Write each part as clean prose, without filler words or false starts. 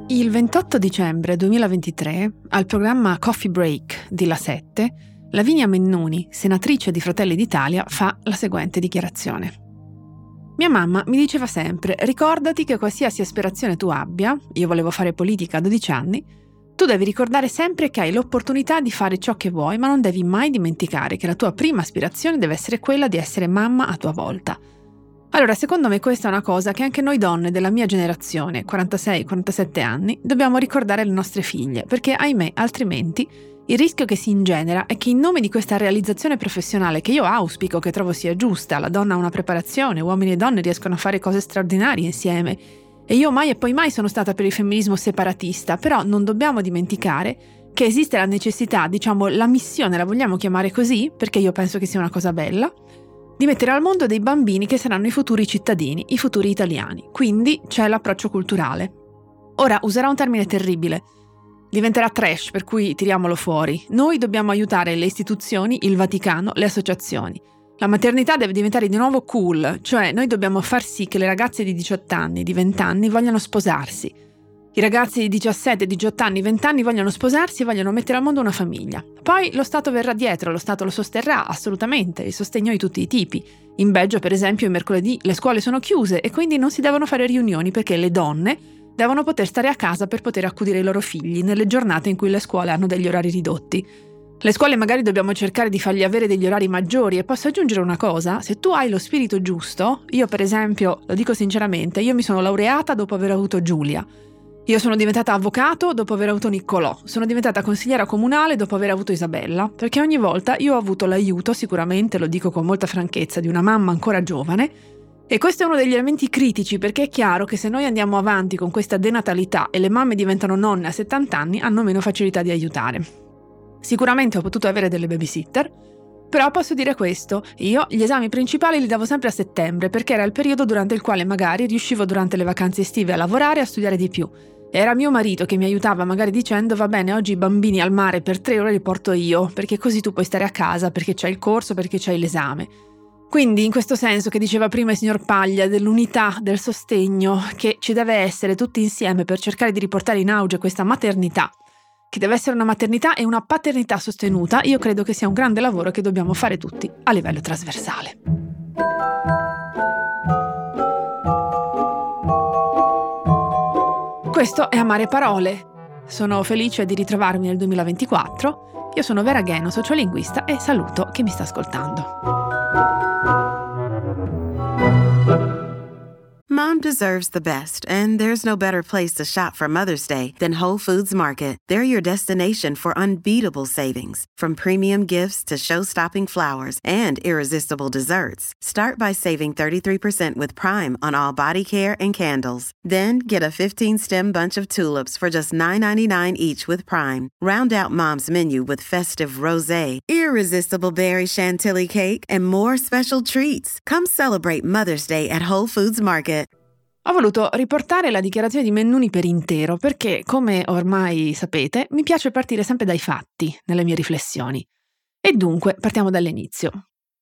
Il 28 dicembre 2023, al programma Coffee Break di La 7, Lavinia Mennuni, senatrice di Fratelli d'Italia, fa la seguente dichiarazione. Mia mamma mi diceva sempre: ricordati che qualsiasi aspirazione tu abbia, io volevo fare politica a 12 anni, tu devi ricordare sempre che hai l'opportunità di fare ciò che vuoi, ma non devi mai dimenticare che la tua prima aspirazione deve essere quella di essere mamma a tua volta. Allora, secondo me questa è una cosa che anche noi donne della mia generazione, 46-47 anni, dobbiamo ricordare alle nostre figlie, perché ahimè, altrimenti, il rischio che si ingenera è che in nome di questa realizzazione professionale che io auspico, che trovo sia giusta, la donna ha una preparazione, uomini e donne riescono a fare cose straordinarie insieme, e io mai e poi mai sono stata per il femminismo separatista, però non dobbiamo dimenticare che esiste la necessità, diciamo la missione, la vogliamo chiamare così, perché io penso che sia una cosa bella, di mettere al mondo dei bambini che saranno i futuri cittadini, i futuri italiani. Quindi c'è l'approccio culturale. Ora, userò un termine terribile. Diventerà trash, per cui tiriamolo fuori. Noi dobbiamo aiutare le istituzioni, il Vaticano, le associazioni. La maternità deve diventare di nuovo cool, cioè noi dobbiamo far sì che le ragazze di 18 anni, di 20 anni vogliano sposarsi. I ragazzi di 17, 18 anni, 20 anni vogliono sposarsi e vogliono mettere al mondo una famiglia. Poi lo Stato verrà dietro, lo Stato lo sosterrà, assolutamente, il sostegno di tutti i tipi. In Belgio, per esempio, il mercoledì le scuole sono chiuse e quindi non si devono fare riunioni perché le donne devono poter stare a casa per poter accudire i loro figli nelle giornate in cui le scuole hanno degli orari ridotti. Le scuole magari dobbiamo cercare di fargli avere degli orari maggiori e posso aggiungere una cosa, se tu hai lo spirito giusto, io per esempio, lo dico sinceramente, io mi sono laureata dopo aver avuto Giulia. Io sono diventata avvocato dopo aver avuto Niccolò, sono diventata consigliera comunale dopo aver avuto Isabella, perché ogni volta io ho avuto l'aiuto, sicuramente, lo dico con molta franchezza, di una mamma ancora giovane, e questo è uno degli elementi critici, perché è chiaro che se noi andiamo avanti con questa denatalità e le mamme diventano nonne a 70 anni, hanno meno facilità di aiutare. Sicuramente ho potuto avere delle babysitter, però posso dire questo, io gli esami principali li davo sempre a settembre, perché era il periodo durante il quale magari riuscivo durante le vacanze estive a lavorare e a studiare di più. Era mio marito che mi aiutava magari dicendo: va bene, oggi i bambini al mare per 3 ore li porto io, perché così tu puoi stare a casa, perché c'hai il corso, perché c'hai l'esame. Quindi in questo senso che diceva prima il signor Paglia dell'unità, del sostegno, che ci deve essere tutti insieme per cercare di riportare in auge questa maternità, che deve essere una maternità e una paternità sostenuta, io credo che sia un grande lavoro che dobbiamo fare tutti a livello trasversale. Questo è Amare Parole. Sono felice di ritrovarmi nel 2024. Io sono Vera Gheno, sociolinguista, e saluto chi mi sta ascoltando. Mom deserves the best, and there's no better place to shop for Mother's Day than Whole Foods Market. They're your destination for unbeatable savings, from premium gifts to show-stopping flowers and irresistible desserts. Start by saving 33% with Prime on all body care and candles. Then get a 15-stem bunch of tulips for just $9.99 each with Prime. Round out Mom's menu with festive rosé, irresistible berry chantilly cake, and more special treats. Come celebrate Mother's Day at Whole Foods Market. Ho voluto riportare la dichiarazione di Mennuni per intero perché, come ormai sapete, mi piace partire sempre dai fatti nelle mie riflessioni. E dunque, partiamo dall'inizio.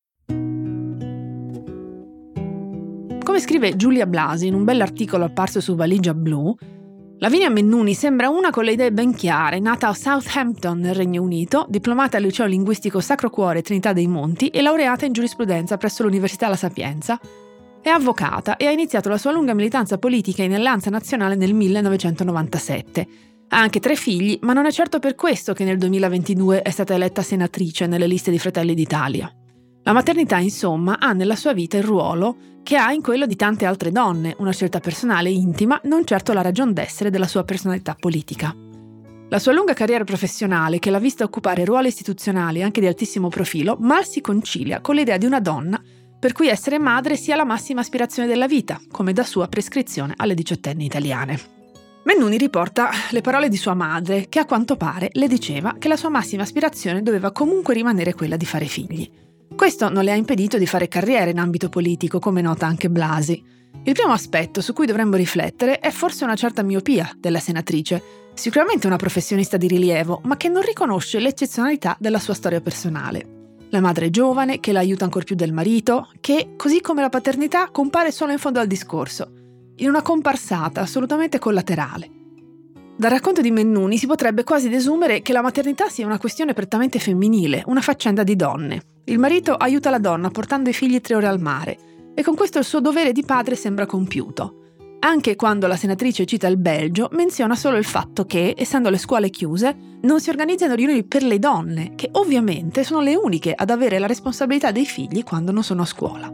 Come scrive Giulia Blasi in un bell'articolo apparso su Valigia Blu, Lavinia Mennuni sembra una con le idee ben chiare, nata a Southampton nel Regno Unito, diplomata al liceo linguistico Sacro Cuore Trinità dei Monti e laureata in giurisprudenza presso l'Università La Sapienza. È avvocata e ha iniziato la sua lunga militanza politica in Alleanza Nazionale nel 1997. Ha anche 3 figli, ma non è certo per questo che nel 2022 è stata eletta senatrice nelle liste di Fratelli d'Italia. La maternità, insomma, ha nella sua vita il ruolo che ha in quello di tante altre donne, una scelta personale e intima, non certo la ragion d'essere della sua personalità politica. La sua lunga carriera professionale, che l'ha vista occupare ruoli istituzionali anche di altissimo profilo, mal si concilia con l'idea di una donna per cui essere madre sia la massima aspirazione della vita, come da sua prescrizione alle 18enni italiane. Mennuni riporta le parole di sua madre, che a quanto pare le diceva che la sua massima aspirazione doveva comunque rimanere quella di fare figli. Questo non le ha impedito di fare carriera in ambito politico, come nota anche Blasi. Il primo aspetto su cui dovremmo riflettere è forse una certa miopia della senatrice, sicuramente una professionista di rilievo, ma che non riconosce l'eccezionalità della sua storia personale. La madre giovane, che la aiuta ancor più del marito, che, così come la paternità, compare solo in fondo al discorso, in una comparsata assolutamente collaterale. Dal racconto di Mennuni si potrebbe quasi desumere che la maternità sia una questione prettamente femminile, una faccenda di donne. Il marito aiuta la donna portando i figli 3 ore al mare e con questo il suo dovere di padre sembra compiuto. Anche quando la senatrice cita il Belgio, menziona solo il fatto che, essendo le scuole chiuse, non si organizzano riunioni per le donne, che ovviamente sono le uniche ad avere la responsabilità dei figli quando non sono a scuola.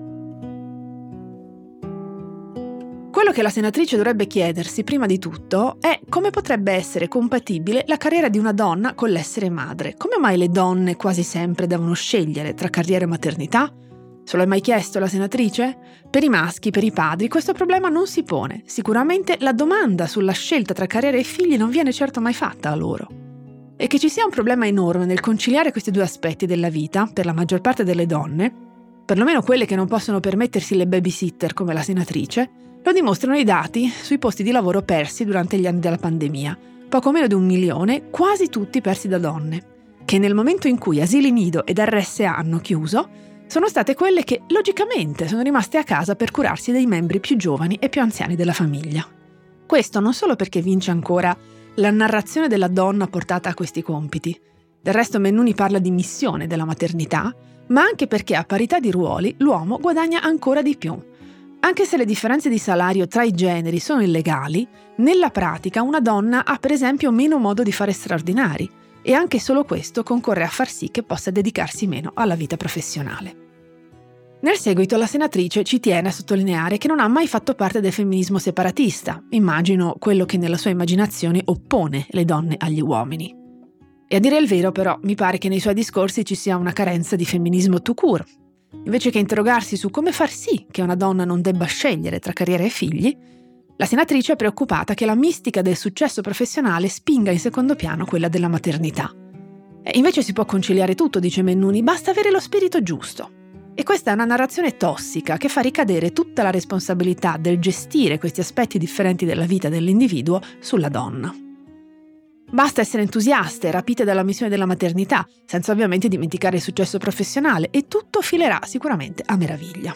Quello che la senatrice dovrebbe chiedersi prima di tutto è come potrebbe essere compatibile la carriera di una donna con l'essere madre. Come mai le donne quasi sempre devono scegliere tra carriera e maternità? Se lo hai mai chiesto la senatrice? Per i maschi, per i padri, questo problema non si pone. Sicuramente la domanda sulla scelta tra carriera e figli non viene certo mai fatta a loro. E che ci sia un problema enorme nel conciliare questi 2 aspetti della vita, per la maggior parte delle donne, perlomeno quelle che non possono permettersi le babysitter come la senatrice, lo dimostrano i dati sui posti di lavoro persi durante gli anni della pandemia. Poco meno di 1 milione, quasi tutti persi da donne, che nel momento in cui asili nido ed RSA hanno chiuso, sono state quelle che logicamente sono rimaste a casa per curarsi dei membri più giovani e più anziani della famiglia. Questo non solo perché vince ancora la narrazione della donna portata a questi compiti. Del resto Mennuni parla di missione della maternità, ma anche perché a parità di ruoli l'uomo guadagna ancora di più. Anche se le differenze di salario tra i generi sono illegali, nella pratica una donna ha per esempio meno modo di fare straordinari e anche solo questo concorre a far sì che possa dedicarsi meno alla vita professionale. Nel seguito la senatrice ci tiene a sottolineare che non ha mai fatto parte del femminismo separatista, immagino quello che nella sua immaginazione oppone le donne agli uomini. E a dire il vero però mi pare che nei suoi discorsi ci sia una carenza di femminismo tout court. Invece che interrogarsi su come far sì che una donna non debba scegliere tra carriera e figli, la senatrice è preoccupata che la mistica del successo professionale spinga in secondo piano quella della maternità. E invece si può conciliare tutto, dice Mennuni, basta avere lo spirito giusto. E questa è una narrazione tossica che fa ricadere tutta la responsabilità del gestire questi aspetti differenti della vita dell'individuo sulla donna. Basta essere entusiaste, rapite dalla missione della maternità, senza ovviamente dimenticare il successo professionale, e tutto filerà sicuramente a meraviglia.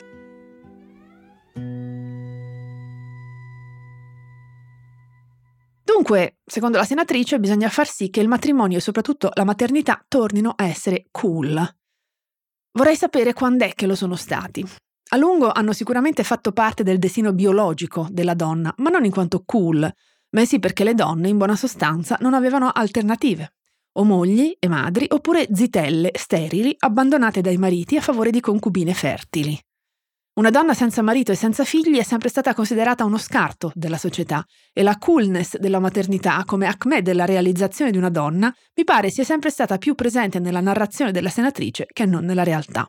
Dunque, secondo la senatrice, bisogna far sì che il matrimonio e soprattutto la maternità tornino a essere cool. Vorrei sapere quando è che lo sono stati. A lungo hanno sicuramente fatto parte del destino biologico della donna, ma non in quanto cool, bensì perché le donne, in buona sostanza, non avevano alternative. O mogli e madri, oppure zitelle sterili abbandonate dai mariti a favore di concubine fertili. Una donna senza marito e senza figli è sempre stata considerata uno scarto della società e la coolness della maternità, come acmè della realizzazione di una donna, mi pare sia sempre stata più presente nella narrazione della senatrice che non nella realtà.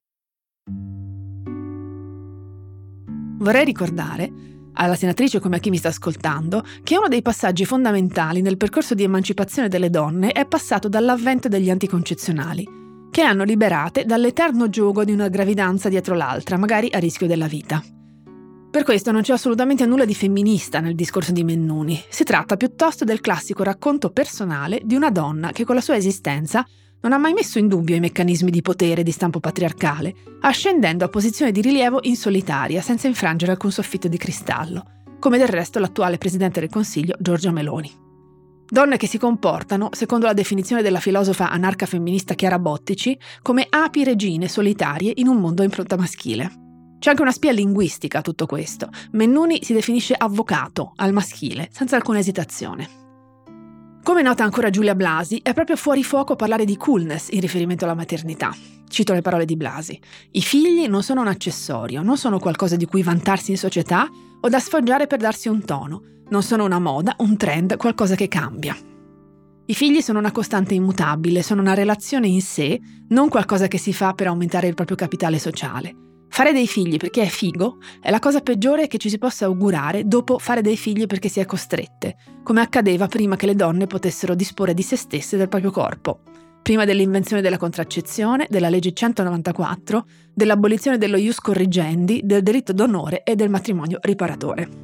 Vorrei ricordare alla senatrice come a chi mi sta ascoltando che uno dei passaggi fondamentali nel percorso di emancipazione delle donne è passato dall'avvento degli anticoncezionali, che le hanno liberate dall'eterno giogo di una gravidanza dietro l'altra, magari a rischio della vita. Per questo non c'è assolutamente nulla di femminista nel discorso di Mennuni. Si tratta piuttosto del classico racconto personale di una donna che con la sua esistenza non ha mai messo in dubbio i meccanismi di potere di stampo patriarcale, ascendendo a posizione di rilievo in solitaria, senza infrangere alcun soffitto di cristallo, come del resto l'attuale Presidente del Consiglio Giorgia Meloni. Donne che si comportano, secondo la definizione della filosofa anarca-femminista Chiara Bottici, come api regine solitarie in un mondo a impronta maschile. C'è anche una spia linguistica a tutto questo. Mennuni si definisce avvocato al maschile, senza alcuna esitazione. Come nota ancora Giulia Blasi, è proprio fuori fuoco parlare di coolness in riferimento alla maternità. Cito le parole di Blasi. I figli non sono un accessorio, non sono qualcosa di cui vantarsi in società o da sfoggiare per darsi un tono. Non sono una moda, un trend, qualcosa che cambia. I figli sono una costante immutabile, sono una relazione in sé, non qualcosa che si fa per aumentare il proprio capitale sociale. Fare dei figli perché è figo è la cosa peggiore che ci si possa augurare dopo fare dei figli perché si è costrette, come accadeva prima che le donne potessero disporre di se stesse e del proprio corpo, prima dell'invenzione della contraccezione, della legge 194, dell'abolizione dello ius corrigendi, del delitto d'onore e del matrimonio riparatore.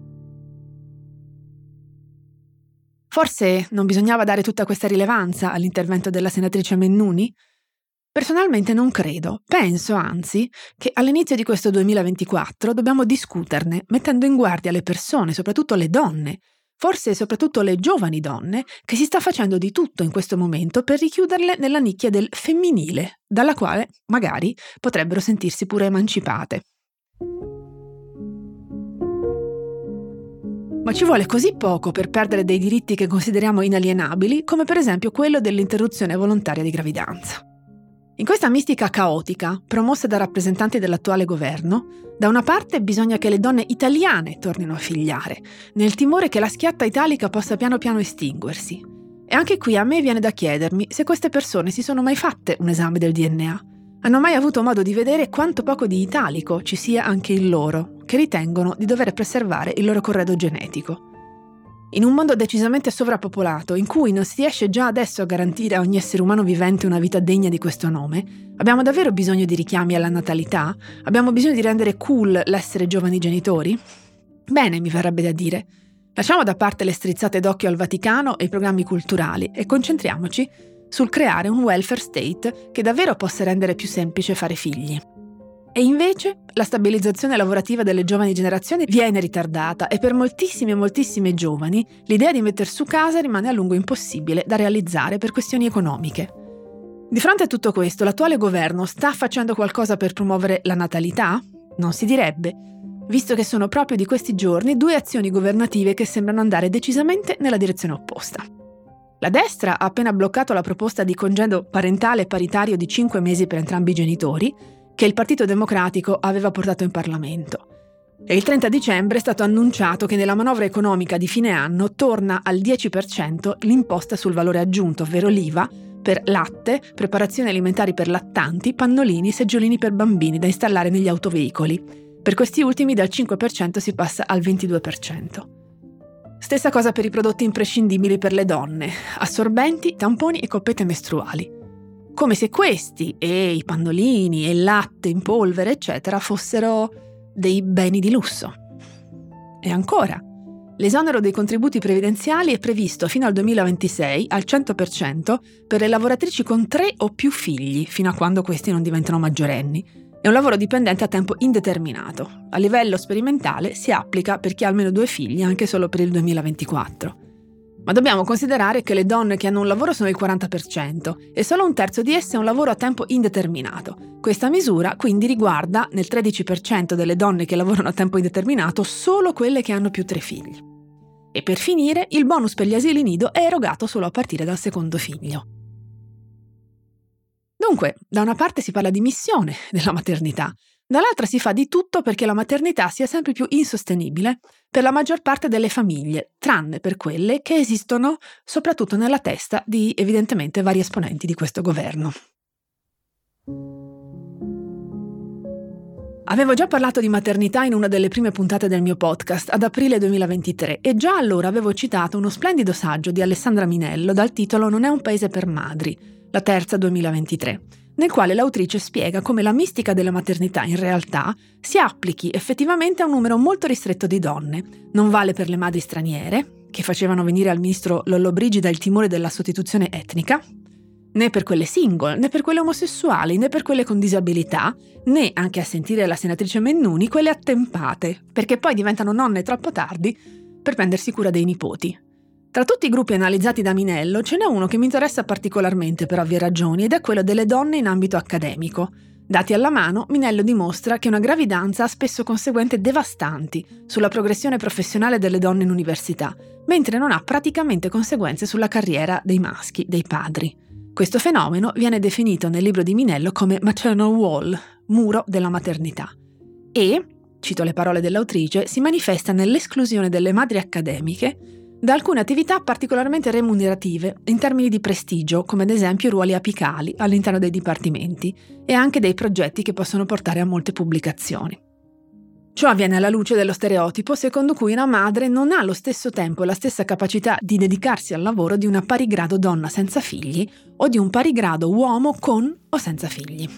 Forse non bisognava dare tutta questa rilevanza all'intervento della senatrice Mennuni? Personalmente non credo. Penso, anzi, che all'inizio di questo 2024 dobbiamo discuterne, mettendo in guardia le persone, soprattutto le donne, forse soprattutto le giovani donne, che si sta facendo di tutto in questo momento per richiuderle nella nicchia del femminile, dalla quale magari potrebbero sentirsi pure emancipate. Ma ci vuole così poco per perdere dei diritti che consideriamo inalienabili, come per esempio quello dell'interruzione volontaria di gravidanza. In questa mistica caotica, promossa da rappresentanti dell'attuale governo, da una parte bisogna che le donne italiane tornino a figliare, nel timore che la schiatta italica possa piano piano estinguersi. E anche qui a me viene da chiedermi se queste persone si sono mai fatte un esame del DNA. Hanno mai avuto modo di vedere quanto poco di italico ci sia anche in loro, che ritengono di dover preservare il loro corredo genetico. In un mondo decisamente sovrappopolato, in cui non si riesce già adesso a garantire a ogni essere umano vivente una vita degna di questo nome, abbiamo davvero bisogno di richiami alla natalità? Abbiamo bisogno di rendere cool l'essere giovani genitori? Bene, mi verrebbe da dire. Lasciamo da parte le strizzate d'occhio al Vaticano e i programmi culturali e concentriamoci sul creare un welfare state che davvero possa rendere più semplice fare figli. E invece la stabilizzazione lavorativa delle giovani generazioni viene ritardata e per moltissime giovani l'idea di metter su casa rimane a lungo impossibile da realizzare per questioni economiche. Di fronte a tutto questo, l'attuale governo sta facendo qualcosa per promuovere la natalità? Non si direbbe, visto che sono proprio di questi giorni 2 azioni governative che sembrano andare decisamente nella direzione opposta. La destra ha appena bloccato la proposta di congedo parentale paritario di 5 mesi per entrambi i genitori, che il Partito Democratico aveva portato in Parlamento. E il 30 dicembre è stato annunciato che nella manovra economica di fine anno torna al 10% l'imposta sul valore aggiunto, ovvero l'IVA, per latte, preparazioni alimentari per lattanti, pannolini, seggiolini per bambini da installare negli autoveicoli. Per questi ultimi dal 5% si passa al 22%. Stessa cosa per i prodotti imprescindibili per le donne, assorbenti, tamponi e coppette mestruali. Come se questi, e i pannolini, e il latte in polvere, eccetera, fossero dei beni di lusso. E ancora, l'esonero dei contributi previdenziali è previsto fino al 2026 al 100% per le lavoratrici con 3 o più figli, fino a quando questi non diventano maggiorenni. È un lavoro dipendente a tempo indeterminato. A livello sperimentale si applica per chi ha almeno 2 figli anche solo per il 2024. Ma dobbiamo considerare che le donne che hanno un lavoro sono il 40% e solo 1/3 di esse ha un lavoro a tempo indeterminato. Questa misura quindi riguarda, nel 13% delle donne che lavorano a tempo indeterminato, solo quelle che hanno più 3 figli. E per finire, il bonus per gli asili nido è erogato solo a partire dal 2° figlio. Dunque, da una parte si parla di missione della maternità, dall'altra si fa di tutto perché la maternità sia sempre più insostenibile per la maggior parte delle famiglie, tranne per quelle che esistono soprattutto nella testa di, evidentemente, vari esponenti di questo governo. Avevo già parlato di maternità in una delle prime puntate del mio podcast, ad aprile 2023, e già allora avevo citato uno splendido saggio di Alessandra Minello dal titolo Non è un paese per madri, la terza 2023, nel quale l'autrice spiega come la mistica della maternità in realtà si applichi effettivamente a un numero molto ristretto di donne. Non vale per le madri straniere, che facevano venire al ministro Lollobrigida il timore della sostituzione etnica, né per quelle single, né per quelle omosessuali, né per quelle con disabilità, né, anche a sentire la senatrice Mennuni, quelle attempate, perché poi diventano nonne troppo tardi per prendersi cura dei nipoti. Tra tutti i gruppi analizzati da Minello ce n'è uno che mi interessa particolarmente per ovvie ragioni ed è quello delle donne in ambito accademico. Dati alla mano, Minello dimostra che una gravidanza ha spesso conseguenze devastanti sulla progressione professionale delle donne in università, mentre non ha praticamente conseguenze sulla carriera dei maschi, dei padri. Questo fenomeno viene definito nel libro di Minello come maternal wall, muro della maternità. E, cito le parole dell'autrice, si manifesta nell'esclusione delle madri accademiche da alcune attività particolarmente remunerative in termini di prestigio, come ad esempio i ruoli apicali all'interno dei dipartimenti e anche dei progetti che possono portare a molte pubblicazioni. Ciò avviene alla luce dello stereotipo secondo cui una madre non ha allo stesso tempo la stessa capacità di dedicarsi al lavoro di una pari grado donna senza figli o di un pari grado uomo con o senza figli.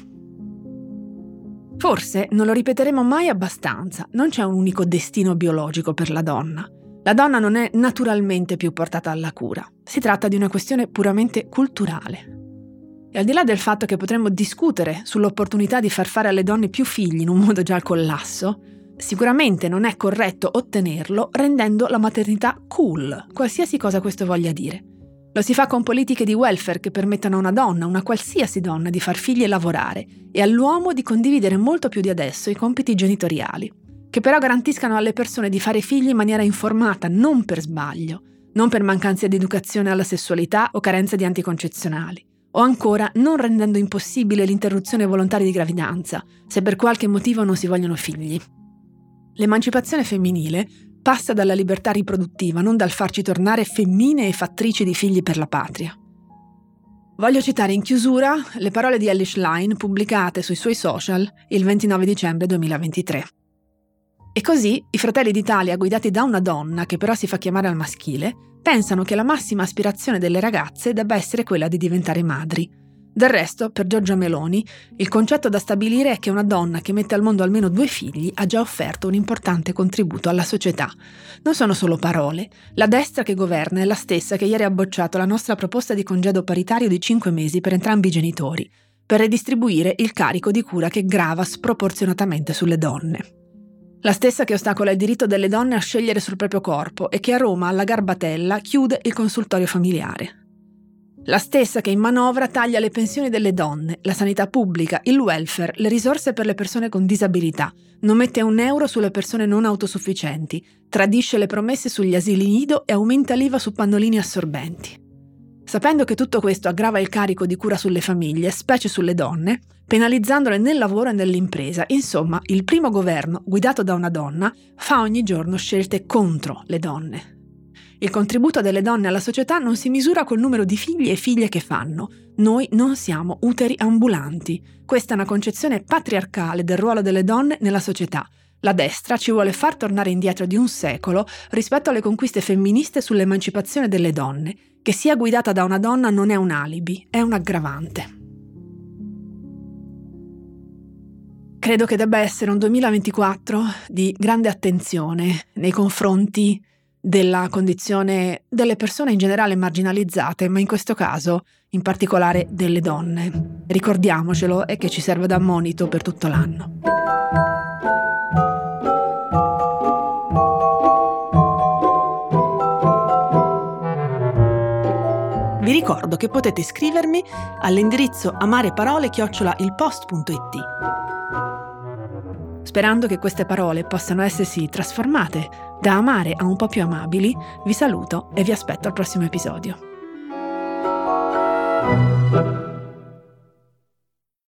Forse non lo ripeteremo mai abbastanza, non c'è un unico destino biologico per la donna. La donna non è naturalmente più portata alla cura, si tratta di una questione puramente culturale. E al di là del fatto che potremmo discutere sull'opportunità di far fare alle donne più figli in un mondo già al collasso, Sicuramente non è corretto ottenerlo rendendo la maternità cool, qualsiasi cosa questo voglia dire. Lo si fa con politiche di welfare che permettano a una donna, una qualsiasi donna, di far figli e lavorare, e all'uomo di condividere molto più di adesso i compiti genitoriali, che però garantiscano alle persone di fare figli in maniera informata, non per sbaglio, non per mancanza di educazione alla sessualità o carenza di anticoncezionali, o ancora non rendendo impossibile l'interruzione volontaria di gravidanza, se per qualche motivo non si vogliono figli. L'emancipazione femminile passa dalla libertà riproduttiva, non dal farci tornare femmine e fattrici di figli per la patria. Voglio citare in chiusura le parole di Elly Schlein pubblicate sui suoi social il 29 dicembre 2023. E così i Fratelli d'Italia, guidati da una donna che però si fa chiamare al maschile, pensano che la massima aspirazione delle ragazze debba essere quella di diventare madri. Del resto, per Giorgia Meloni, il concetto da stabilire è che una donna che mette al mondo almeno 2 figli ha già offerto un importante contributo alla società. Non sono solo parole. La destra che governa è la stessa che ieri ha bocciato la nostra proposta di congedo paritario di 5 mesi per entrambi i genitori, per redistribuire il carico di cura che grava sproporzionatamente sulle donne. La stessa che ostacola il diritto delle donne a scegliere sul proprio corpo e che a Roma, alla Garbatella, chiude il consultorio familiare. La stessa che in manovra taglia le pensioni delle donne, la sanità pubblica, il welfare, le risorse per le persone con disabilità, non mette un euro sulle persone non autosufficienti, tradisce le promesse sugli asili nido e aumenta l'IVA su pannolini assorbenti. Sapendo che tutto questo aggrava il carico di cura sulle famiglie, specie sulle donne, penalizzandole nel lavoro e nell'impresa, insomma, il primo governo, guidato da una donna, fa ogni giorno scelte contro le donne. Il contributo delle donne alla società non si misura col numero di figli e figlie che fanno. Noi non siamo uteri ambulanti. Questa è una concezione patriarcale del ruolo delle donne nella società. La destra ci vuole far tornare indietro di un secolo rispetto alle conquiste femministe sull'emancipazione delle donne. Che sia guidata da una donna non è un alibi, è un aggravante. Credo che debba essere un 2024 di grande attenzione nei confronti della condizione delle persone in generale marginalizzate, ma in questo caso in particolare delle donne. Ricordiamocelo e che ci serve da monito per tutto l'anno. Vi ricordo che potete scrivermi all'indirizzo amareparole@ilpost.it. Sperando che queste parole possano essersi trasformate da amare a un po' più amabili, vi saluto e vi aspetto al prossimo episodio.